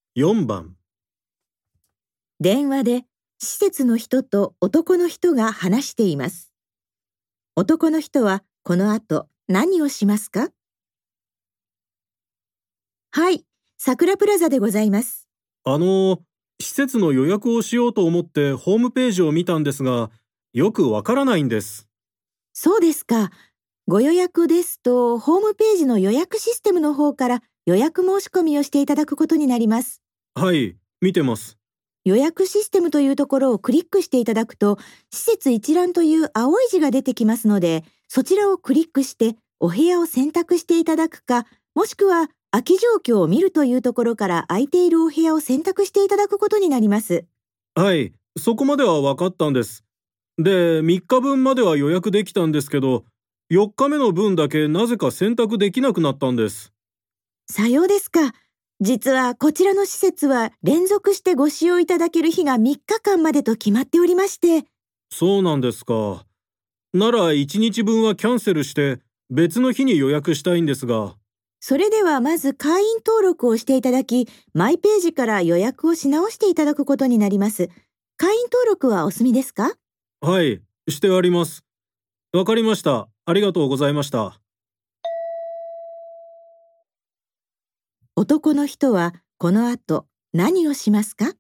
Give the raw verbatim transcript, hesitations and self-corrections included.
よんばん。 電話で施設の人と男の人が話しています。男の人はこの後何をしますか？はい、桜プラザでございます。 あの、施設の予約をしようと思ってホームページを見たんですが、よくわからないんです。 そうですか。ご予約ですと、ホームページの予約システムの方から予約申し込みをしていただくことになります。 はい、見てます。 予約システムというところをクリックしていただくと、施設一覧という青い字が出てきますので、そちらをクリックしてお部屋を選択していただくか、もしくは空き状況を見るというところから空いているお部屋を選択していただくことになります。 はい、そこまでは分かったんです。で、みっかぶんまでは予約できたんですけど、よっかめの分だけなぜか選択できなくなったんです。 さようですか。実はこちらの施設は連続してご使用いただける日がみっかかんまでと決まっておりまして。 そうなんですか。ならいちにちぶんはキャンセルして別の日に予約したいんですが。 それではまず会員登録をしていただき、マイページから予約をし直していただくことになります。会員登録はお済みですか？ はい、してあります。わかりました。ありがとうございました。 男の人はこの後何をしますか？